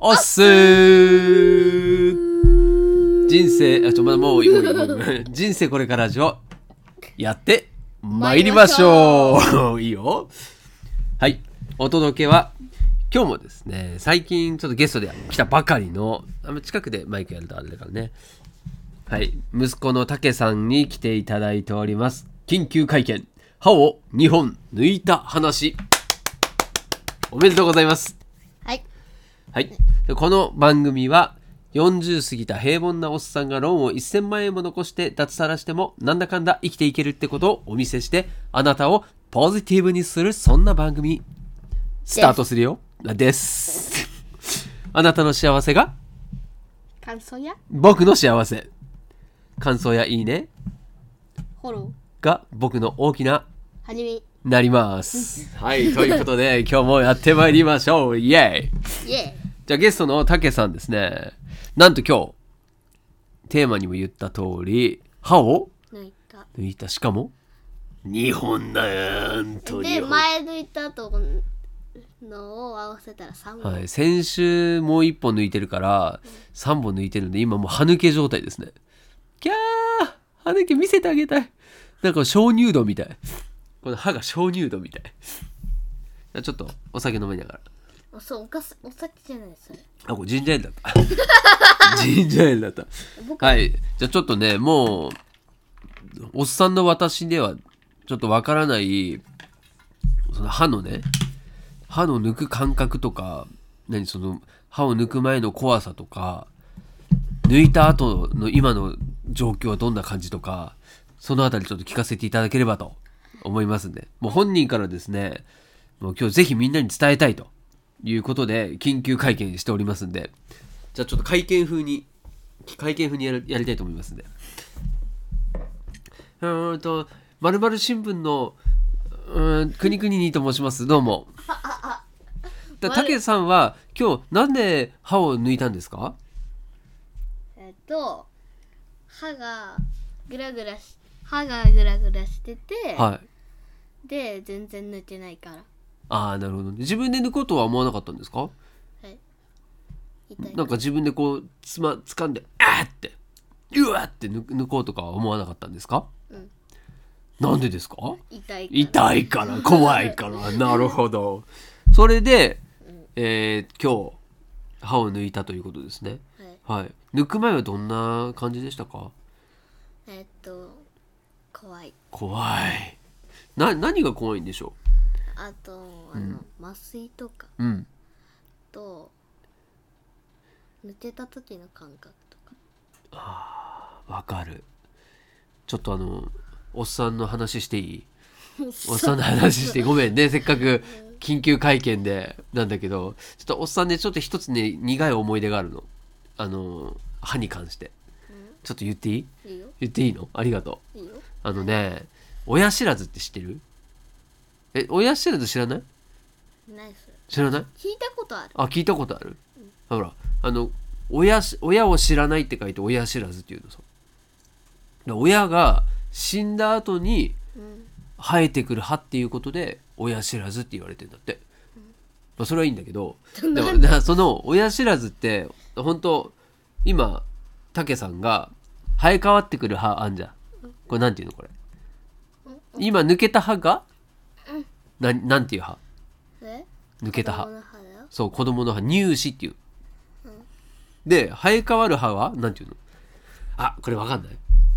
おっす人生もう人生これからラジオやって参りましょういいよ。はい、お届けは今日もですね、最近ちょっとゲストで来たばかりの近くでマイクやるとあれだからね、はい、息子のたけさんに来ていただいております。緊急会見、歯を2本抜いた話、おめでとうございます。 はいはい、この番組は40過ぎた平凡なおっさんがローンを1000万円も残して脱サラしてもなんだかんだ生きていけるってことをお見せして、あなたをポジティブにする、そんな番組スタートするよですあなたの幸せが感想や僕の幸せ、感想やいいねフォローが僕の大きな励みなりますはいということで今日もやってまいりましょう。イエーイ。 イエじゃあゲストのたけさんですね、なんと今日テーマにも言った通り歯をー抜いた、しかも2本だよんとで前抜いたとのを合わせたら3本、 はい、先週もう1本抜いてるから3本抜いてるんで、今もう歯抜け状態ですね。キャー、歯抜け見せてあげたい。なんか鍾乳洞みたい、この歯が鍾乳洞みたい。じゃあちょっとお酒飲みながら。 そう、お酒じゃないそれ。 あ、これジンジャーエールだったジンジャーエールだった。はい、じゃあちょっとね、もうおっさんの私ではちょっとわからないその歯のね、歯の抜く感覚とか、その歯を抜く前の怖さとか、抜いた後の今の状況はどんな感じとか、そのあたりちょっと聞かせていただければと思いますんで、もう本人からですね、もう今日ぜひみんなに伝えたいということで緊急会見しておりますんで、じゃあちょっと会見風にやりたいと思いますんで、〇〇新聞のくにくににと申します。どうも。たけさんは今日なんで歯を抜いたんですか？ 歯がグラグラしてて、 はい。 で全然抜けないから。 ああ、なるほど。自分で抜こうとは思わなかったんですか？ はい。痛い。 なんか自分でこう掴んであーってうわって抜こうとかは思わなかったんですか？ うん。 なんでですか？ 痛いから怖いからなるほど。それで、今日歯を抜いたということですね。はい。抜く前はどんな感じでしたか？怖い。何が怖いんでしょあと麻酔とかう？うん。 と抜けた時の感覚とか。 ああ、わかる。ちょっとおっさんの話していい？おっさんの話してごめんね、せっかく緊急会見でなんだけど、ちょっとおっさんね、ちょっと一つね苦い思い出があるの。歯に関して、ちょっと言っていい？ いいよ。 言っていいの？ありがとう。 いいよ。 親知らずって知ってる？親知らず知らない？ ないそれ。 知らない？ 聞いたことある。 あ、聞いたことある？ほら、親を知らないって書いて親知らずっていうのさ。親が死んだ後に生えてくる歯っていうことで親知らずって言われてんだって。まあ、それはいいんだけど、でもその親知らずって本当今たけさんが生え変わってくる歯あんじゃん。これなんていうのこれ？今抜けた歯がなんていう歯？抜けた歯。そう、子供の歯、乳歯っていう。で生え変わる歯はなんていうの？あ、これわかんない？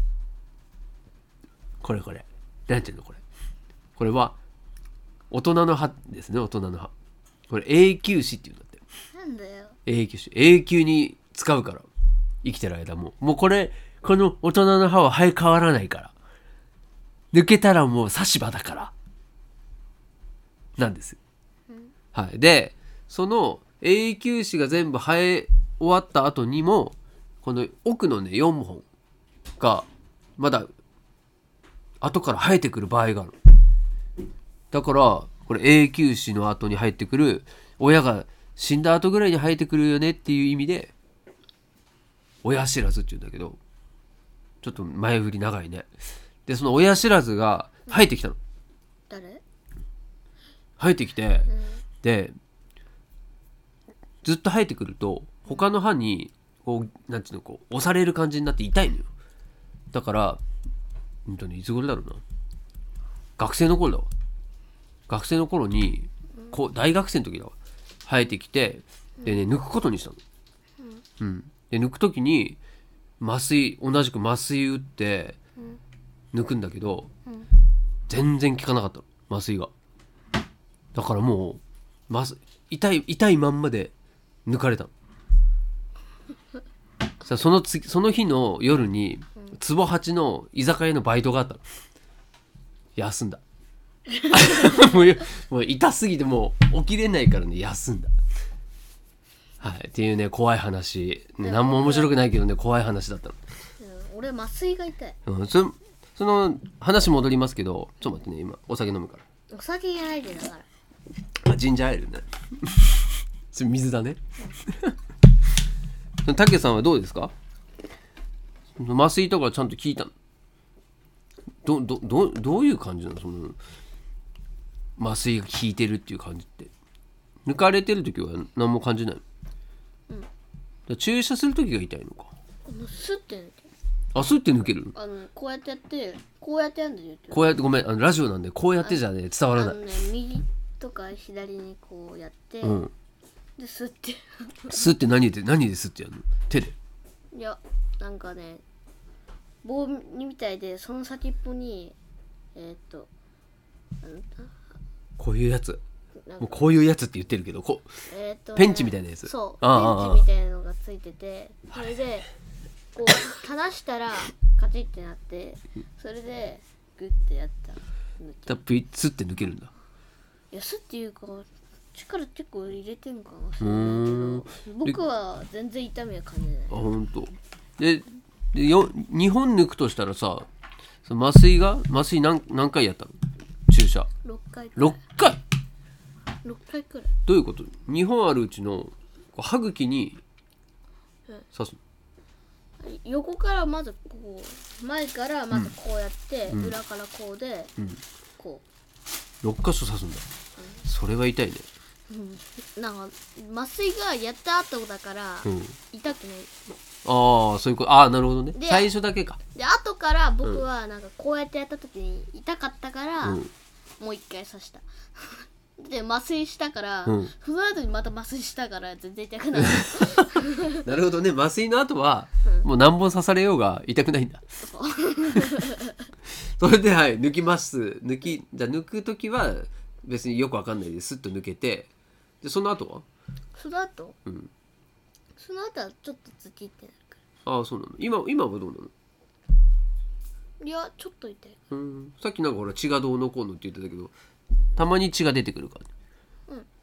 これなんていうのこれ？これは大人の歯ですね。大人の歯、これ永久歯っていうんだって。 なんだよ。 永久歯、永久に使うから、生きてる間もこの大人の歯は生え変わらないから、抜けたらもう差し歯だからなんです、はい。でその永久歯が全部生え終わった後にもこの奥のね4本がまだ後から生えてくる場合がある。だからこれ永久歯の後に生えてくる、親が死んだ後ぐらいに生えてくるよねっていう意味で親知らずって言うんだけど、ちょっと前振り長いね。でその親知らずが生えてきたの。 誰？ 生えてきて、でずっと生えてくると他の歯にこうなんていうの、こう押される感じになって痛いのよ。だからいつ頃だろうな、学生の頃だわ。学生の頃にこう大学生の時だわ、生えてきて、でね抜くことにしたの。で抜く時に同じく麻酔打って抜くんだけど、全然効かなかったの、麻酔が。だからもう痛いまんまで抜かれたの。さその日の夜に壺八の居酒屋のバイトがあったの。休んだ。もう痛すぎてもう起きれないからね、休んだ。はい、っていうね怖い話、ね、何も面白くないけどね怖い話だったの。 俺麻酔が痛い。 その話戻りますけど、ちょっと待ってね、今お酒飲むから。 お酒じゃないでだから。 ジンジャーエールね。それ水だね。たけさんはどうですか？麻酔とかちゃんと効いたの？どういう感じなの？その麻酔が効いてるっていう感じって。抜かれてる時は何も感じないの？注射する時が痛いのか。 スッて抜ける。 あ、スッて抜ける？ こうやってやってこうやってやんだよ。 こうやって、ごめん、ラジオなんでこうやってじゃね伝わらない。 右とか左にこうやって、でスッてスッて何でスッてやるの？手で？ いや、なんかね棒みたいで、その先っぽにこういうやつ、もうこういうやつって言ってるけど、ペンチみたいなやつ。 そうペンチみたいなのがついてて、それでこう離したらカチッってなって、それでグッてやったら抜ける。 スッて抜けるんだ。 いや、スッっていうか力結構入れてんかもしれないけど、僕は全然痛みは感じない。 あ、ほんと。で2本抜くとしたらさ、その麻酔何回やったの？注射 6回くらい。 6回くらい。 どういうこと？2本あるうちの歯茎に刺すの？ 横からまずこう、前からまずこうやって、裏からこうで、こう6箇所刺すんだ。それは痛いね。 なんか麻酔がやった後だから、痛くない。 ああ、そういうこと。ああ、なるほどね。最初だけか。 で後から僕はなんかこうやってやった時に痛かったから、もう一回刺した。で麻酔したから、その後にまた麻酔したから全然痛くない。 なるほどね。麻酔の後は、もう何本刺されようが痛くないんだ。それで、はい、抜きます。じゃあ抜く時は別によくわかんないでスッと抜けて、でその後はその後はちょっとズキってなるから。ああ、そうなの。今はどうなの？ いや、ちょっと痛い。 さっきなんかほら血がどうのこうのって言ってたけど、たまに血が出てくるから。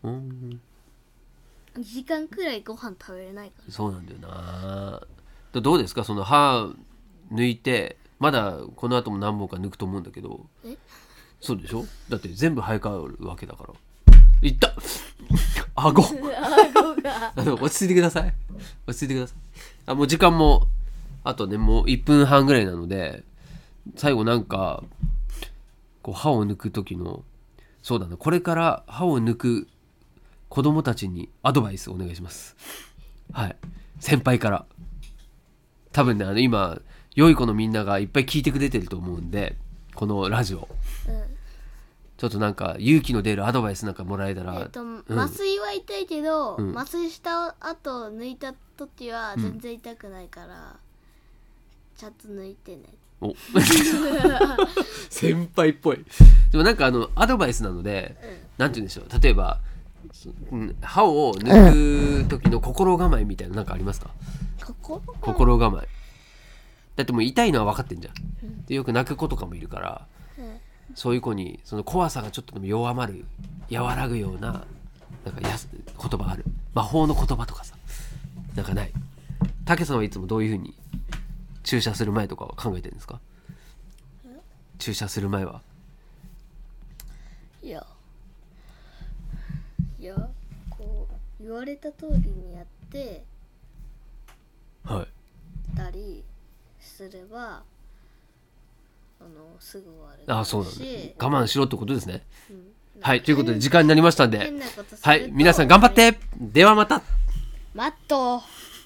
2時間くらいご飯食べれないから。 そうなんだよな。どうですか、その歯抜いて、まだこの後も何本か抜くと思うんだけど。そうでしょ？だって全部生え変わるわけだから。いった顎が落ち着いてください。もう時間もあとね、もう1分半ぐらいなので、最後なんかこう歯を抜く時の、そうだな、これから歯を抜く子供たちにアドバイスお願いします。はい、先輩から。多分ね、今良い子のみんながいっぱい聞いてくれてると思うんで、このラジオ、ちょっとなんか勇気の出るアドバイスなんかもらえたら。 麻酔は痛いけど、麻酔した後抜いた時は全然痛くないから、ちゃんと抜いてね。 お先輩っぽい。でもなんかアドバイスなので、なんて言うんでしょう、例えば、歯を抜く時の心構えみたいな、なんかありますか？心構え。だってもう痛いのは分かってんじゃん。でよく泣く子とかもいるから、そういう子にその怖さがちょっとでも弱まる、和らぐような、なんか言葉ある？魔法の言葉とかさ、なんかない？たけさんはいつもどういう風に注射する前とかは考えてるんですか？注射する前は。 いやこう言われた通りにやってたりすれば、すぐ終わる。 ああ、そうなんです。我慢しろってことですね。はい、ということで時間になりましたんで、はい、皆さん頑張って。ではまた。 マット